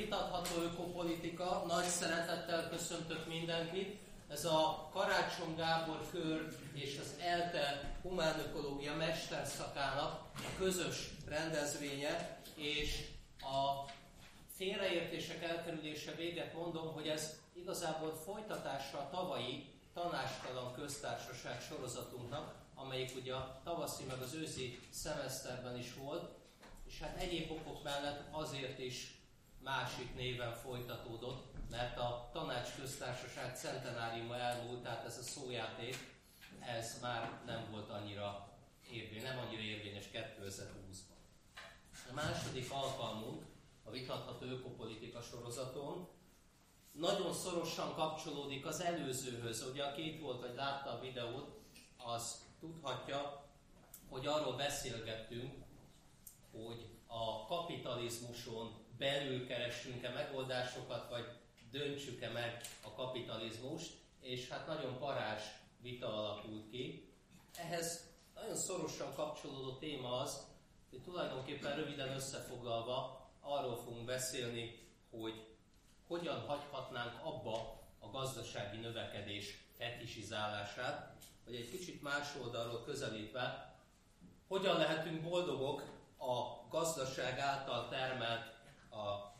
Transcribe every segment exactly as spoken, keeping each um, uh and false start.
Vitatható ökopolitika, nagy szeretettel köszöntök mindenkit. Ez a Karácsony Gábor kör és az ELTE humánökológia mesterszakának a közös rendezvénye, és a félreértések elkerülése véget mondom, hogy ez igazából folytatása a tavalyi tanácstalan köztársaság sorozatunknak, amelyik ugye a tavaszi meg az őszi szemeszterben is volt, és hát egyéb okok mellett azért is másik néven folytatódott, mert a tanácsköztársaság centenáriuma elmúlt, tehát ez a szójáték, ez már nem volt annyira érvényes, nem annyira érvényes kétezer-húszban. A második alkalmunk a Vitatható ökopolitika sorozaton nagyon szorosan kapcsolódik az előzőhöz. Ugye aki itt volt, vagy látta a videót, az tudhatja, hogy arról beszélgettünk, hogy a kapitalizmuson belül keressünk-e megoldásokat, vagy döntsük-e meg a kapitalizmust, és hát nagyon parázs vita alakult ki. Ehhez nagyon szorosan kapcsolódó téma az, hogy tulajdonképpen röviden összefoglalva arról fogunk beszélni, hogy hogyan hagyhatnánk abba a gazdasági növekedés fetisizálását, vagy egy kicsit más oldalról közelítve, hogyan lehetünk boldogok a gazdaság által termelt a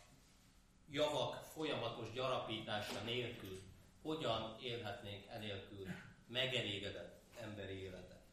javak folyamatos gyarapítása nélkül, hogyan élhetnénk enélkül megelégedett emberi életet.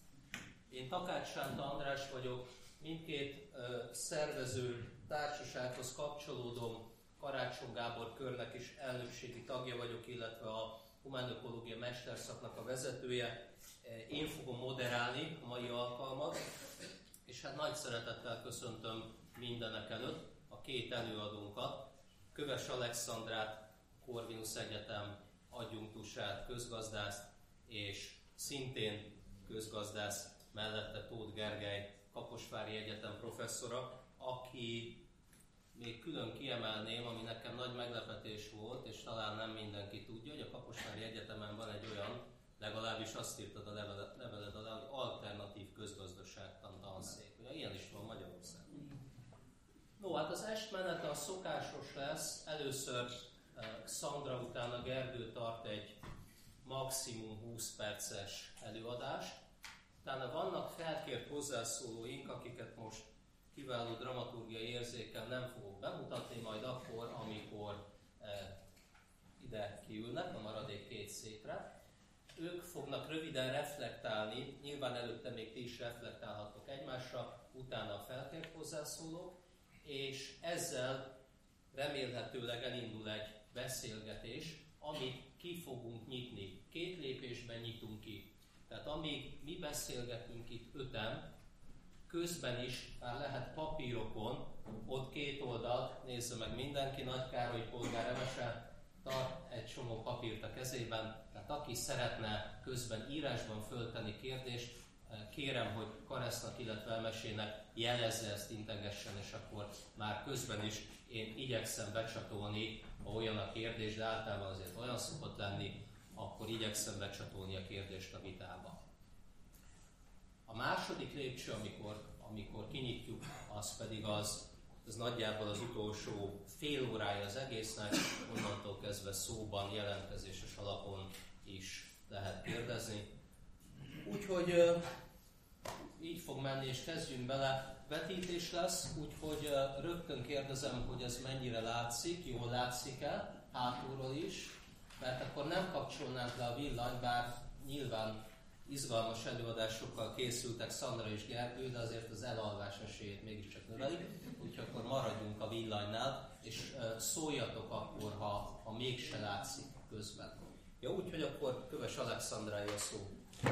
Én Takács Sánta András vagyok, mindkét uh, szervező társasághoz kapcsolódom, Karácsony Gábor körnek is elnökségi tagja vagyok, illetve a humánökológia mesterszaknak a vezetője. Én fogom moderálni a mai alkalmat, és hát nagy szeretettel köszöntöm mindenek előtt a két előadónkat, Köves Alexandrát, Corvinus Egyetem adjunktusát, közgazdászt, és szintén közgazdász mellette Tóth Gergely, Kaposvári Egyetem professzora, aki még külön kiemelném, ami nekem nagy meglepetés volt, és talán nem mindenki tudja, hogy a Kaposvári Egyetemen van egy olyan, legalábbis azt írtad a leveled alá, hogy alternatív közgazdaságtan tanszék. Ugye ilyen is van Magyarországon. No, hát az estmenete a szokásos lesz. Először uh, Szandra, utána Gergő tart egy maximum húsz perces előadást. Utána vannak felkért hozzászólóink, akiket most kiváló dramaturgiai érzékkel nem fogok bemutatni, majd akkor, amikor uh, ide kiülnek a maradék két székre. Ők fognak röviden reflektálni, nyilván előtte még ti is reflektálhatok egymásra, utána a felkért hozzászólók, és ezzel remélhetőleg elindul egy beszélgetés, amit ki fogunk nyitni. Két lépésben nyitunk ki. Tehát amíg mi beszélgetünk itt öten, közben is már lehet papírokon, ott két oldalt, nézze meg mindenki, Nagy Károly polgár Emese tart egy csomó papírt a kezében, tehát aki szeretne közben írásban föltenni kérdést, kérem, hogy Karesznak, illetve Emesének jelezze ezt, integessen, és akkor már közben is én igyekszem becsatolni, ha olyan a kérdés, de általában azért olyan szokott lenni, akkor igyekszem becsatolni a kérdést a vitába. A második lépcső, amikor, amikor kinyitjuk, az pedig az, ez nagyjából az utolsó fél órája az egésznek, onnantól kezdve szóban, jelentkezéses alapon is lehet kérdezni. Úgyhogy így fog menni, és kezdjünk bele. Vetítés lesz, úgyhogy rögtön kérdezem, hogy ez mennyire látszik, jól látszik-e, hátulról is, mert akkor nem kapcsolnánk le a villanyt, bár nyilván izgalmas előadásokkal készültek Szandra és Gergő, de azért az elalvás esélyét mégiscsak növelik, úgyhogy akkor maradjunk a villanynál, és szóljatok akkor, ha, ha mégse látszik közben. Ja, úgyhogy akkor Köves Alexandrája a szó.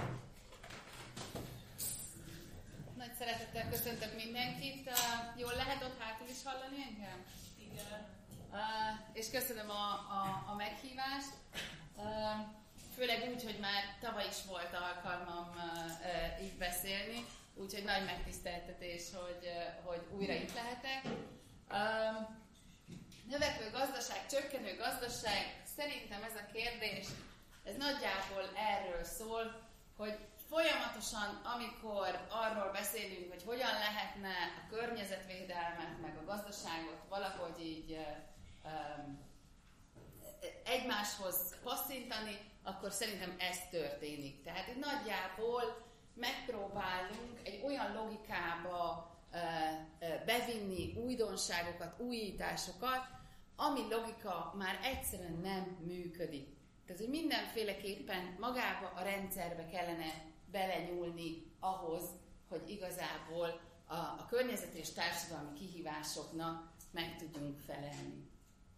Nagy szeretettel köszöntök mindenkit. Uh, jól lehet ott hátul is hallani engem? Igen. Uh, és köszönöm a, a, a meghívást. Uh, főleg úgy, hogy már tavaly is volt alkalmam uh, uh, így beszélni, úgyhogy nagy megtiszteltetés, hogy, uh, hogy újra itt lehetek. Uh, növekvő gazdaság, csökkenő gazdaság, szerintem ez a kérdés, ez nagyjából erről szól, hogy folyamatosan, amikor arról beszélünk, hogy hogyan lehetne a környezetvédelmet, meg a gazdaságot valahogy így um, egymáshoz passzintani, akkor szerintem ez történik. Tehát itt nagyjából megpróbálunk egy olyan logikába uh, uh, bevinni újdonságokat, újításokat, ami logika már egyszerűen nem működik. Tehát, hogy mindenféleképpen magába a rendszerbe kellene belenyúlni ahhoz, hogy igazából a, a környezeti és társadalmi kihívásoknak meg tudjunk felelni.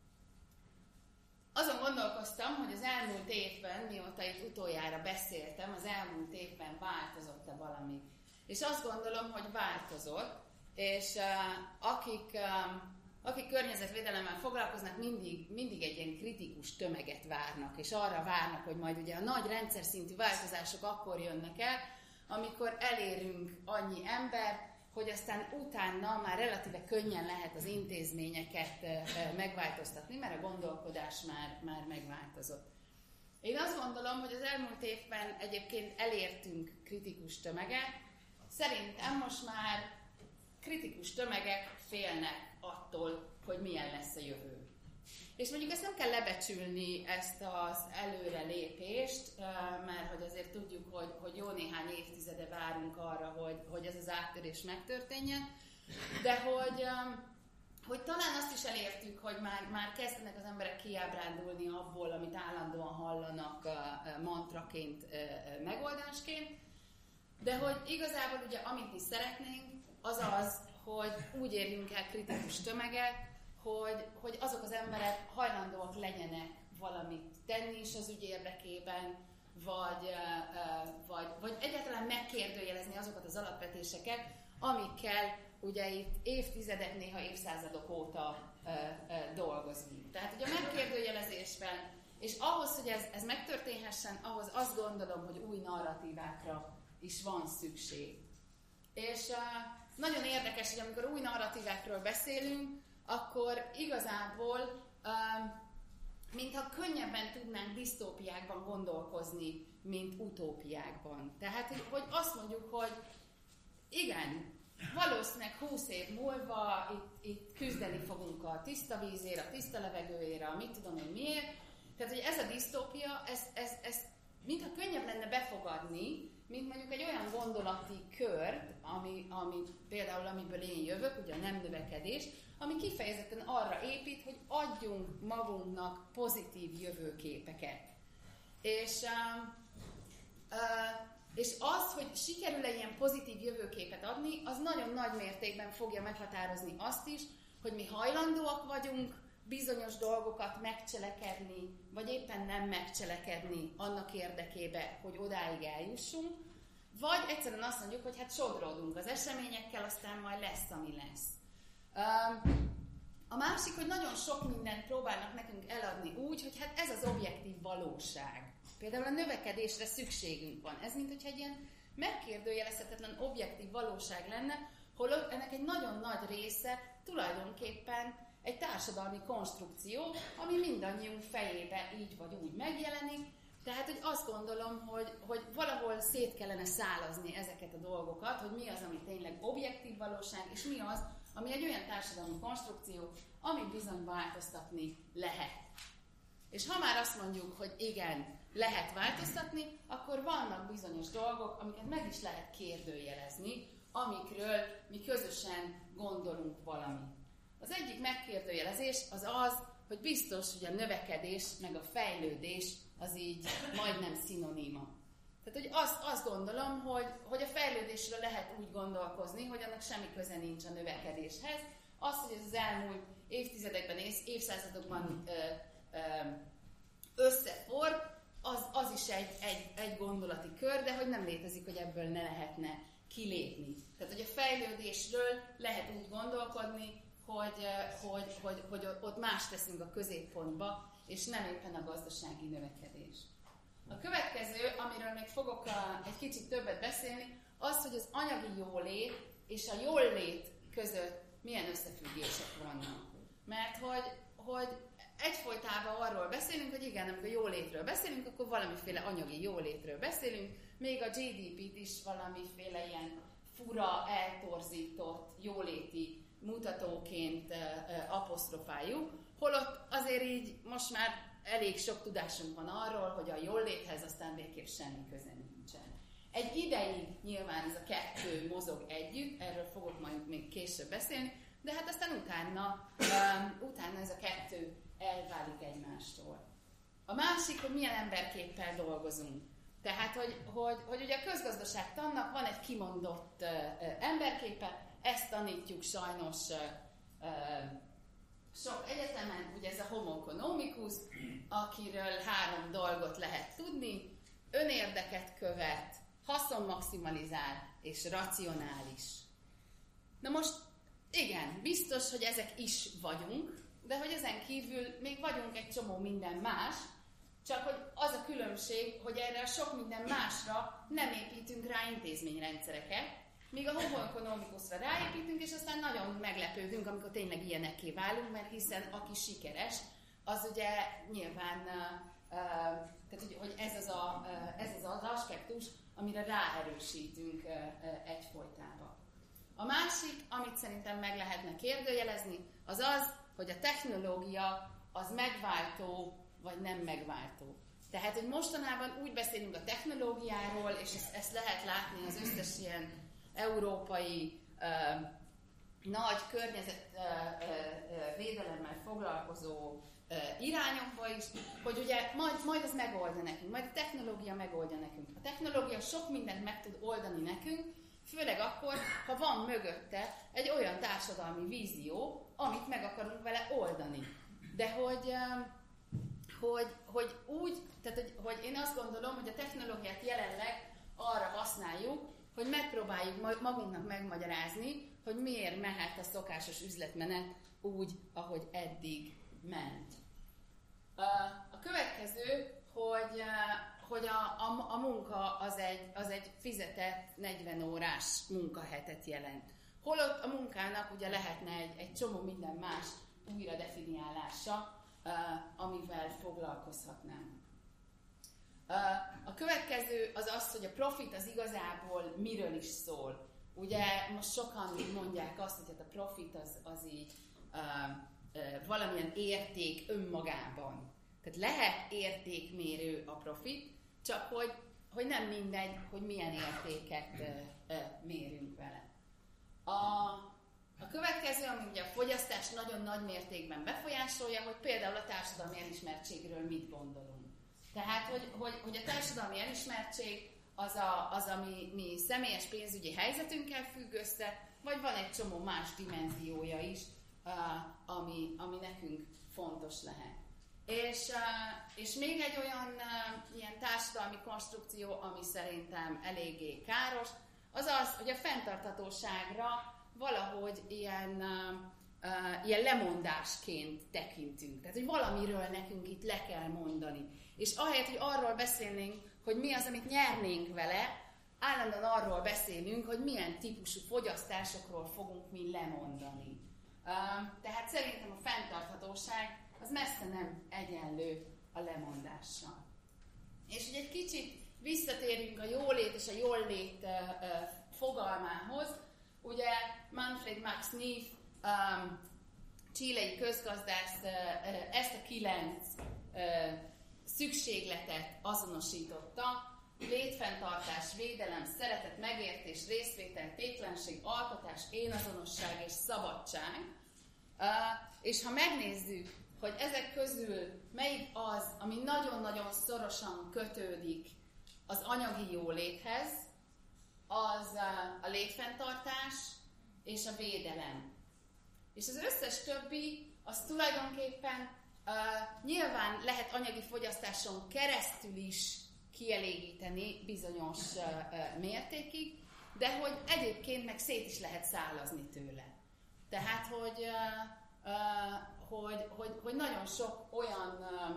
Azon gondolkoztam, hogy az elmúlt évben, mióta itt utoljára beszéltem, az elmúlt évben változott-e valami. És azt gondolom, hogy változott, és uh, akik, uh, akik környezetvédelemmel foglalkoznak, mindig, mindig egy ilyen kritikus tömeget várnak, és arra várnak, hogy majd ugye a nagy rendszer szintű változások akkor jönnek el, amikor elérünk annyi embert, hogy aztán utána már relatíve könnyen lehet az intézményeket megváltoztatni, mert a gondolkodás már, már megváltozott. Én azt gondolom, hogy az elmúlt évben egyébként elértünk kritikus tömeget. Szerintem most már kritikus tömegek félnek attól, hogy milyen lesz a jövő. És mondjuk ezt nem kell lebecsülni, ezt az előrelépést, mert hogy azért tudjuk, hogy, hogy jó néhány évtizede várunk arra, hogy, hogy ez az áttörés megtörténjen, de hogy, hogy talán azt is elértük, hogy már, már kezdenek az emberek kiábrándulni abból, amit állandóan hallanak mantraként, megoldásként, de hogy igazából ugye amit mi szeretnénk, az az, hogy úgy érjünk el kritikus tömeget, Hogy, hogy azok az emberek hajlandóak legyenek valamit tenni is az ügy érdekében, vagy, vagy, vagy egyáltalán megkérdőjelezni azokat az alapvetéseket, amikkel ugye itt évtizedek, néha évszázadok óta dolgozunk. Tehát ugye a megkérdőjelezésben, és ahhoz, hogy ez, ez megtörténhessen, ahhoz azt gondolom, hogy új narratívákra is van szükség. És nagyon érdekes, hogy amikor új narratívákról beszélünk, akkor igazából, um, mintha könnyebben tudnánk disztópiákban gondolkozni, mint utópiákban. Tehát, hogy, hogy azt mondjuk, hogy igen, valószínűleg húsz év múlva itt, itt küzdeni fogunk a tiszta vízért, a tiszta levegőért, a mit tudom én miért. Tehát, hogy ez a disztópia, ez, ez, ez mintha könnyebb lenne befogadni, mint mondjuk egy olyan gondolati kört, ami, ami például amiből én jövök, ugye a nem növekedés, ami kifejezetten arra épít, hogy adjunk magunknak pozitív jövőképeket. És, uh, uh, és az, hogy sikerül-e ilyen pozitív jövőképet adni, az nagyon nagy mértékben fogja meghatározni azt is, hogy mi hajlandóak vagyunk bizonyos dolgokat megcselekedni, vagy éppen nem megcselekedni annak érdekébe, hogy odáig eljussunk, vagy egyszerűen azt mondjuk, hogy hát sodródunk az eseményekkel, aztán majd lesz, ami lesz. A másik, hogy nagyon sok mindent próbálnak nekünk eladni úgy, hogy hát ez az objektív valóság. Például a növekedésre szükségünk van. Ez mint hogyha egy ilyen megkérdőjelezhetetlen objektív valóság lenne, holott ennek egy nagyon nagy része tulajdonképpen egy társadalmi konstrukció, ami mindannyiunk fejébe így vagy úgy megjelenik. Tehát, hogy azt gondolom, hogy, hogy valahol szét kellene szálazni ezeket a dolgokat, hogy mi az, ami tényleg objektív valóság, és mi az, ami egy olyan társadalmi konstrukció, amit bizony változtatni lehet. És ha már azt mondjuk, hogy igen, lehet változtatni, akkor vannak bizonyos dolgok, amiket meg is lehet kérdőjelezni, amikről mi közösen gondolunk valamit. Az egyik megkérdőjelezés az az, hogy biztos, hogy a növekedés meg a fejlődés az így majdnem szinoníma. Tehát, hogy azt, azt gondolom, hogy, hogy a fejlődésről lehet úgy gondolkozni, hogy annak semmi köze nincs a növekedéshez. Az, hogy ez az elmúlt évtizedekben, évszázadokban ö, ö, összefor, az, az is egy, egy, egy gondolati kör, de hogy nem létezik, hogy ebből ne lehetne kilépni. Tehát, hogy a fejlődésről lehet úgy gondolkodni, hogy, hogy, hogy, hogy ott más teszünk a középpontba, és nem éppen a gazdasági növekedés. A következő, amiről még fogok a, egy kicsit többet beszélni, az, hogy az anyagi jólét és a jólét között milyen összefüggések vannak. Mert hogy, hogy egyfolytában arról beszélünk, hogy igen, amikor jólétről beszélünk, akkor valamiféle anyagi jólétről beszélünk, még a gé dé pét is valamiféle ilyen fura, eltorzított, jóléti mutatóként apostrofáljuk, holott azért így most már elég sok tudásunk van arról, hogy a jóléthez aztán végképp semmi köze nincsen. Egy ideig nyilván ez a kettő mozog együtt, erről fogok majd még később beszélni, de hát aztán utána, um, utána ez a kettő elválik egymástól. A másik, hogy milyen emberképpel dolgozunk. Tehát, hogy, hogy, hogy ugye a közgazdaságtannak van egy kimondott uh, uh, emberképe, ezt tanítjuk sajnos uh, uh, sok egyetemen, ugye ez a homo economicus, akiről három dolgot lehet tudni: önérdeket követ, haszonmaximalizál és racionális. Na most igen, biztos, hogy ezek is vagyunk, de hogy ezen kívül még vagyunk egy csomó minden más, csak hogy az a különbség, hogy erre a sok minden másra nem építünk rá intézményrendszereket, míg a homo economicusra ráépítünk, és aztán nagyon meglepődünk, amikor tényleg ilyenekké válunk, mert hiszen aki sikeres, az ugye nyilván, uh, uh, tehát hogy, hogy ez, az a, uh, ez az az aspektus, amire ráerősítünk uh, uh, egyfolytában. A másik, amit szerintem meg lehetne kérdőjelezni, az az, hogy a technológia az megváltó, vagy nem megváltó. Tehát, hogy mostanában úgy beszélünk a technológiáról, és ezt, ezt lehet látni az összes ilyen európai uh, nagy környezetvédelemmel uh, uh, foglalkozó uh, irányokba is, hogy ugye majd, majd az megoldja nekünk, majd a technológia megoldja nekünk. A technológia sok mindent meg tud oldani nekünk, főleg akkor, ha van mögötte egy olyan társadalmi vízió, amit meg akarunk vele oldani. De hogy, hogy, hogy úgy, tehát hogy, hogy én azt gondolom, hogy a technológiát jelenleg arra használjuk, hogy megpróbáljuk magunknak megmagyarázni, hogy miért mehet a szokásos üzletmenet úgy, ahogy eddig ment. A következő, hogy hogy a, a, a munka az egy, az egy fizetett negyven órás munkahetet jelent. Holott a munkának ugye lehetne egy, egy csomó minden más újra definiálása, uh, amivel foglalkozhatnánk. Uh, a következő az az, hogy a profit az igazából miről is szól. Ugye most sokan mondják azt, hogy hát a profit az, az így uh, uh, valamilyen érték önmagában. Tehát lehet értékmérő a profit, csak hogy, hogy nem mindegy, hogy milyen értéket ö, ö, mérünk vele. A, a következő, ami ugye a fogyasztást nagyon nagy mértékben befolyásolja, hogy például a társadalmi elismertségről mit gondolunk. Tehát, hogy, hogy, hogy a társadalmi elismertség az, a, az ami mi személyes pénzügyi helyzetünkkel függ össze, vagy van egy csomó más dimenziója is, uh, ami, ami nekünk fontos lehet. És, és még egy olyan ilyen társadalmi konstrukció, ami szerintem eléggé káros, az az, hogy a fenntarthatóságra valahogy ilyen, uh, ilyen lemondásként tekintünk. Tehát, hogy valamiről nekünk itt le kell mondani. És ahelyett, hogy arról beszélnénk, hogy mi az, amit nyernénk vele, állandóan arról beszélünk, hogy milyen típusú fogyasztásokról fogunk mi lemondani. Uh, tehát szerintem a fenntarthatóság az messze nem egyenlő a lemondással. És ugye egy kicsit visszatérünk a jólét és a jólét uh, uh, fogalmához. Ugye Manfred Max Neef, um, chilei közgazdász uh, uh, ezt a kilenc uh, szükségletet azonosította: létfenntartás, védelem, szeretet, megértés, részvétel, tétlenség, alkotás, énazonosság és szabadság. Uh, és ha megnézzük, hogy ezek közül melyik az, ami nagyon-nagyon szorosan kötődik az anyagi jóléthez, az a létfenntartás és a védelem. És az összes többi, az tulajdonképpen uh, nyilván lehet anyagi fogyasztáson keresztül is kielégíteni bizonyos uh, uh, mértékig, de hogy egyébként meg szét is lehet szállazni tőle. Tehát, hogy... Uh, uh, Hogy, hogy, hogy nagyon sok olyan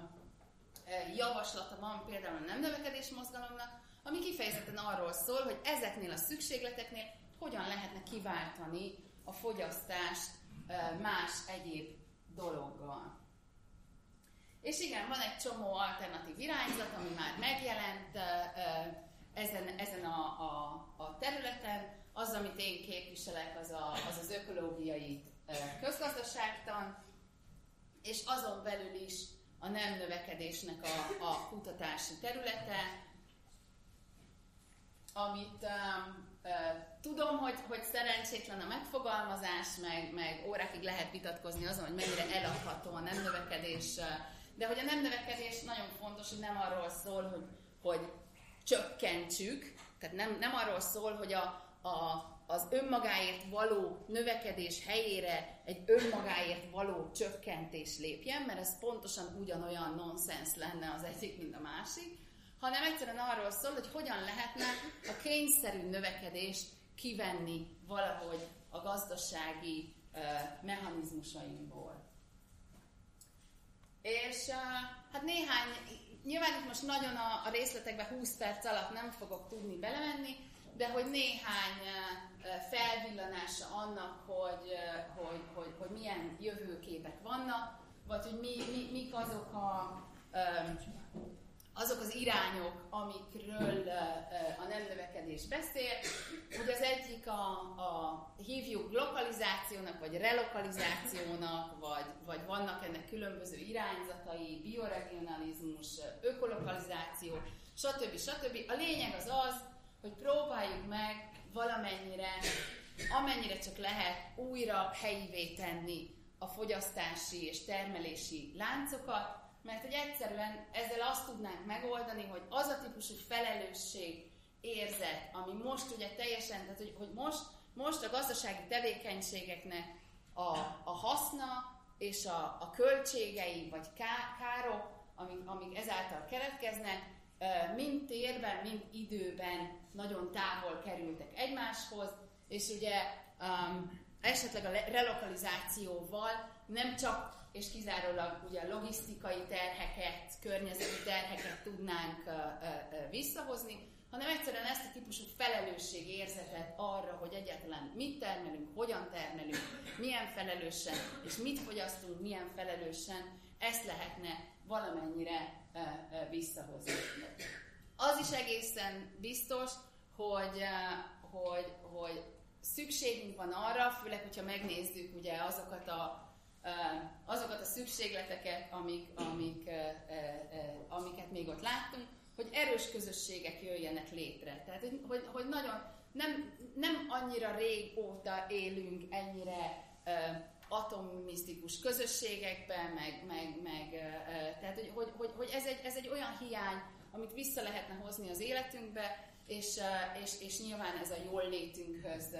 uh, javaslata van például a nem növekedés mozgalomnak, ami kifejezetten arról szól, hogy ezeknél a szükségleteknél hogyan lehetne kiváltani a fogyasztást uh, más egyéb dologgal. És igen, van egy csomó alternatív irányzat, ami már megjelent ezen, ezen a, a, a területen. Az, amit én képviselek, az a, az, az ökológiai közgazdaságtan, és azon belül is a nem növekedésnek a, a kutatási területe, amit um, uh, tudom, hogy, hogy szerencsétlen a megfogalmazás, meg, meg órákig lehet vitatkozni azon, hogy mennyire eladható a nem növekedés, uh, de hogy a nem növekedés nagyon fontos, hogy nem arról szól, hogy, hogy csökkentsük, tehát nem, nem arról szól, hogy a, a, az önmagáért való növekedés helyére egy önmagáért való csökkentés lépjen, mert ez pontosan ugyanolyan nonsens lenne az egyik, mint a másik, hanem egyszerűen arról szól, hogy hogyan lehetne a kényszerű növekedést kivenni valahogy a gazdasági uh, mechanizmusainkból. És uh, hát néhány, nyilván itt most nagyon a, a részletekbe húsz perc alatt nem fogok tudni belemenni, de hogy néhány uh, felvillanása annak, hogy, uh, hogy, hogy, hogy milyen jövőképek vannak, vagy hogy mi, mi, mik azok a... Um, azok az irányok, amikről a nem növekedés beszél. Ugye az egyik a, a hívjuk lokalizációnak, vagy relokalizációnak, vagy, vagy vannak ennek különböző irányzatai, bioregionalizmus, ökolokalizáció, stb. stb. A lényeg az az, hogy próbáljuk meg valamennyire, amennyire csak lehet újra helyivé tenni a fogyasztási és termelési láncokat, mert hogy egyszerűen ezzel azt tudnánk megoldani, hogy az a típusú felelősség érzet, ami most ugye teljesen, tehát hogy, hogy most, most a gazdasági tevékenységeknek a, a haszna és a, a költségei vagy ká, károk, amik, amik ezáltal keletkeznek, mind térben, mind időben nagyon távol kerültek egymáshoz, és ugye um, esetleg a relokalizációval nem csak és kizárólag ugye logisztikai terheket, környezeti terheket tudnánk uh, uh, visszahozni, hanem egyszerűen ezt a típusú felelősségérzetet arra, hogy egyáltalán mit termelünk, hogyan termelünk, milyen felelősen, és mit fogyasztunk, milyen felelősen, ezt lehetne valamennyire uh, uh, visszahozni. Az is egészen biztos, hogy, uh, hogy, hogy szükségünk van arra, főleg, hogyha megnézzük ugye azokat a azokat a szükségleteket, amik, amik, amiket még ott láttunk, hogy erős közösségek jöjjenek létre. Tehát, hogy, hogy nagyon nem, nem annyira régóta élünk ennyire atomisztikus közösségekben, meg, meg, meg tehát, hogy, hogy, hogy, hogy ez, egy, ez egy olyan hiány, amit vissza lehetne hozni az életünkbe, és, és, és nyilván ez a jól létünkhöz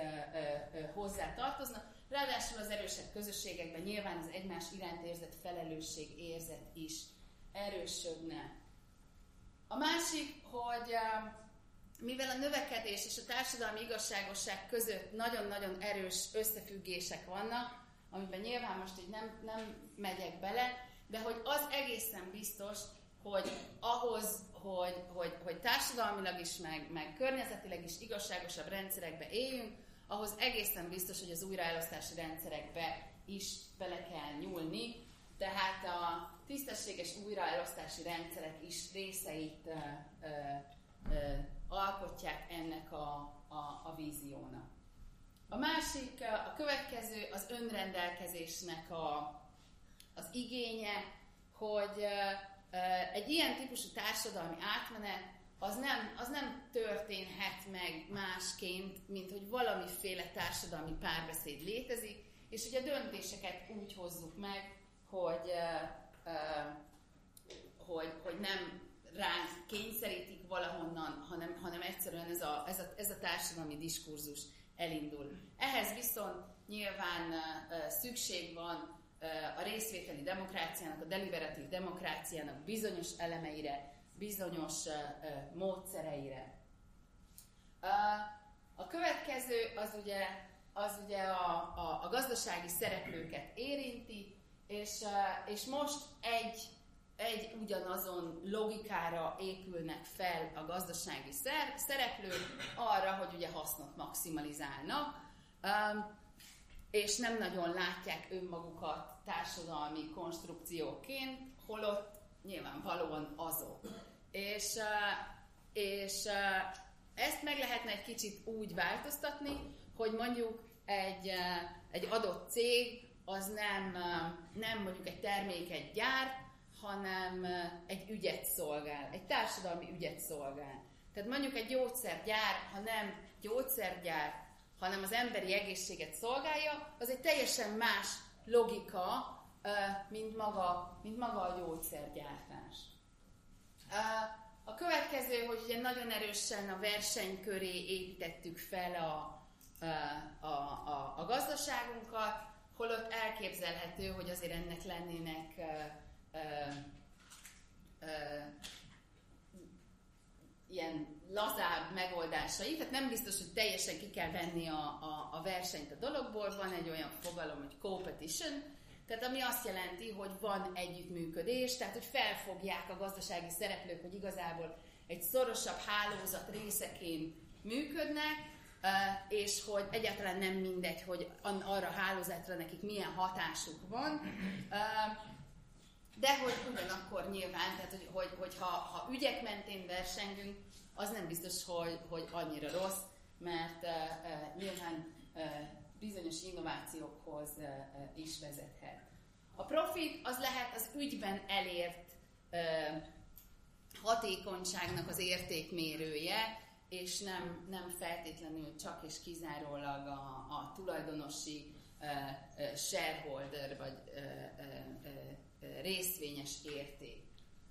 hozzá tartozna. Ráadásul az erősebb közösségekben nyilván az egymás iránt érzett felelősség érzet is erősödne. A másik, hogy mivel a növekedés és a társadalmi igazságosság között nagyon-nagyon erős összefüggések vannak, amiben nyilván most így nem, nem megyek bele, de hogy az egészen biztos, hogy ahhoz, hogy, hogy, hogy társadalmilag is, meg, meg környezetileg is igazságosabb rendszerekbe éljünk, ahhoz egészen biztos, hogy az újraelosztási rendszerekbe is bele kell nyúlni, tehát a tisztességes újraelosztási rendszerek is részeit ö, ö, ö, alkotják ennek a, a, a víziónak. A másik, a következő az önrendelkezésnek a, az igénye, hogy ö, ö, egy ilyen típusú társadalmi átmenet Az nem, az nem történhet meg másként, mint hogy valamiféle társadalmi párbeszéd létezik, és hogy a döntéseket úgy hozzuk meg, hogy, uh, uh, hogy, hogy nem ránk kényszerítik valahonnan, hanem, hanem egyszerűen ez a, ez, a, ez a társadalmi diskurzus elindul. Ehhez viszont nyilván uh, szükség van uh, a részvételi demokráciának, a deliberatív demokráciának bizonyos elemeire, bizonyos uh, uh, módszereire. Uh, a következő az ugye, az ugye a, a, a gazdasági szereplőket érinti, és, uh, és most egy, egy ugyanazon logikára épülnek fel a gazdasági szer, szereplők arra, hogy ugye hasznot maximalizálnak, um, és nem nagyon látják önmagukat társadalmi konstrukcióként, holott nyilvánvalóan azok. És, és ezt meg lehetne egy kicsit úgy változtatni, hogy mondjuk egy, egy adott cég az nem, nem mondjuk egy terméket gyárt, hanem egy ügyet szolgál, egy társadalmi ügyet szolgál. Tehát mondjuk egy gyógyszergyár, ha nem gyógyszergyár, hanem az emberi egészséget szolgálja, az egy teljesen más logika, mint maga, mint maga a gyógyszergyártás. A következő, hogy ugye nagyon erősen a verseny köré építettük fel a, a, a, a gazdaságunkat, holott elképzelhető, hogy azért ennek lennének ö, ö, ö, ilyen lazább megoldásai, tehát nem biztos, hogy teljesen ki kell venni a, a, a versenyt a dologból, van egy olyan fogalom, hogy competition, tehát ami azt jelenti, hogy van együttműködés, tehát hogy felfogják a gazdasági szereplők, hogy igazából egy szorosabb hálózat részeként működnek, és hogy egyáltalán nem mindegy, hogy arra a hálózatra nekik milyen hatásuk van, de hogy ugyanakkor nyilván, tehát hogy, hogy, hogy ha, ha ügyek mentén versengünk, az nem biztos, hogy, hogy annyira rossz, mert uh, nyilván uh, bizonyos innovációkhoz uh, is vezethet. A profit az lehet az ügyben elért uh, hatékonyságnak az értékmérője, és nem, nem feltétlenül csak és kizárólag a, a tulajdonosi uh, uh, shareholder vagy uh, uh, uh, részvényes érték.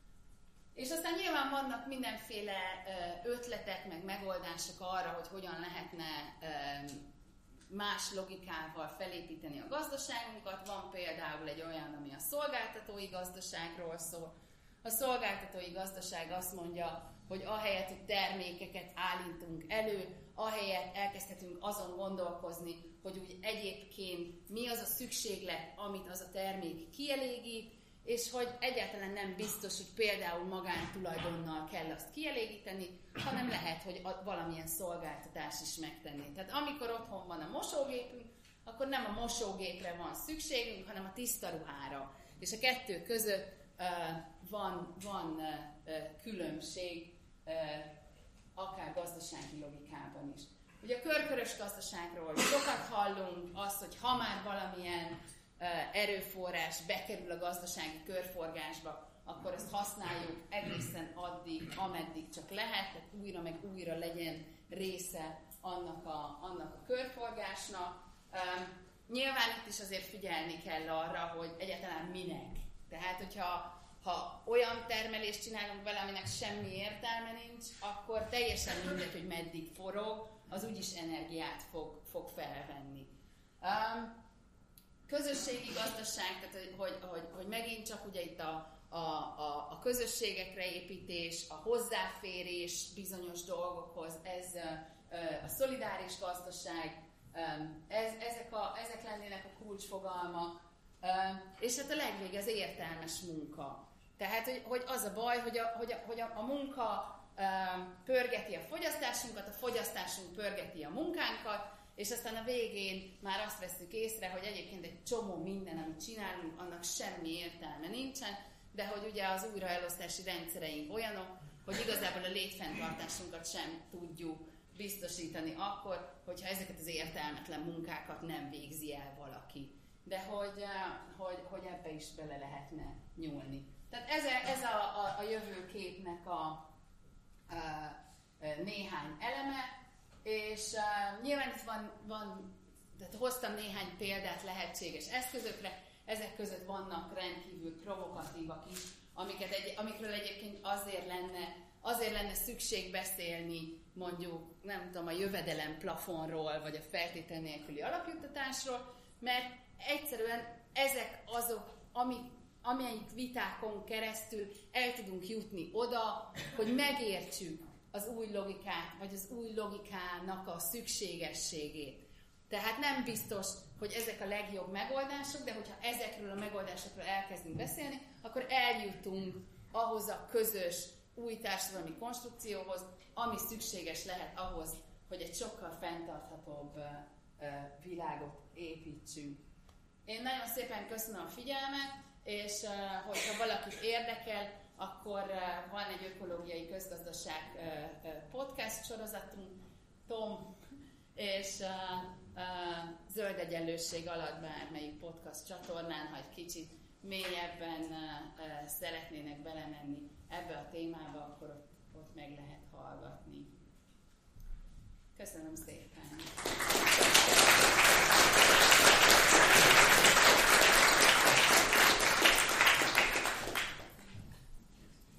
És aztán nyilván vannak mindenféle uh, ötletek, meg megoldások arra, hogy hogyan lehetne uh, más logikával felépíteni a gazdaságunkat. Van például egy olyan, ami a szolgáltatói gazdaságról szól. A szolgáltatói gazdaság azt mondja, hogy ahelyett, hogy termékeket állítunk elő, ahelyett elkezdhetünk azon gondolkozni, hogy úgy egyébként mi az a szükséglet, amit az a termék kielégít, és hogy egyáltalán nem biztos, hogy például magántulajdonnal kell azt kielégíteni, hanem lehet, hogy valamilyen szolgáltatás is megtenni. Tehát amikor otthon van a mosógépünk, akkor nem a mosógépre van szükségünk, hanem a tiszta ruhára. És a kettő között uh, van, van uh, különbség, uh, akár gazdasági logikában is. Ugye a körkörös gazdaságról sokat hallunk, azt, hogy ha már valamilyen erőforrás bekerül a gazdasági körforgásba, akkor ezt használjuk egészen addig, ameddig csak lehet, tehát újra meg újra legyen része annak a, annak a körforgásnak. Um, nyilván itt is azért figyelni kell arra, hogy egyáltalán minek. Tehát, hogyha ha olyan termelést csinálunk vele, aminek semmi értelme nincs, akkor teljesen mindegy, hogy meddig forog, az úgyis energiát fog, fog felvenni. Um, Közösségi gazdaság, tehát hogy, hogy, hogy megint csak ugye itt a, a, a, a közösségekre építés, a hozzáférés bizonyos dolgokhoz, ez a szolidáris gazdaság, ez, ezek, a, ezek lennének a kulcsfogalmak, és hát a legvég az értelmes munka. Tehát, hogy, hogy az a baj, hogy a, hogy a, hogy a, a munka pörgeti a fogyasztásunkat, a fogyasztásunk pörgeti a munkánkat, és aztán a végén már azt vesszük észre, hogy egyébként egy csomó minden, amit csinálunk, annak semmi értelme nincsen, de hogy ugye az újraelosztási rendszereink olyanok, hogy igazából a létfenntartásunkat sem tudjuk biztosítani akkor, hogyha ezeket az értelmetlen munkákat nem végzi el valaki. De hogy, hogy, hogy ebbe is bele lehetne nyúlni. Tehát ez, ez a, a, a jövőképnek a, a, a néhány eleme, és uh, nyilván itt van, van, tehát hoztam néhány példát lehetséges eszközökre, ezek között vannak rendkívül provokatívak is, amiket egy, amikről egyébként azért lenne, azért lenne szükség beszélni, mondjuk, nem tudom, a jövedelem plafonról, vagy a feltétel nélküli alapjuttatásról, mert egyszerűen ezek azok, amik, amelyik vitákon keresztül el tudunk jutni oda, hogy megértsük az új logikát, vagy az új logikának a szükségességét. Tehát nem biztos, hogy ezek a legjobb megoldások, de hogyha ezekről a megoldásokról elkezdünk beszélni, akkor eljutunk ahhoz a közös új társadalmi konstrukcióhoz, ami szükséges lehet ahhoz, hogy egy sokkal fenntarthatóbb uh, uh, világot építsünk. Én nagyon szépen köszönöm a figyelmet, és hogyha valakit érdekel, akkor van egy ökológiai közgazdaság podcast sorozatunk, Tom és Zöld Egyenlőség alatt bármelyik podcast csatornán, ha egy kicsit mélyebben szeretnének belemenni ebbe a témába, akkor ott, ott meg lehet hallgatni. Köszönöm szépen!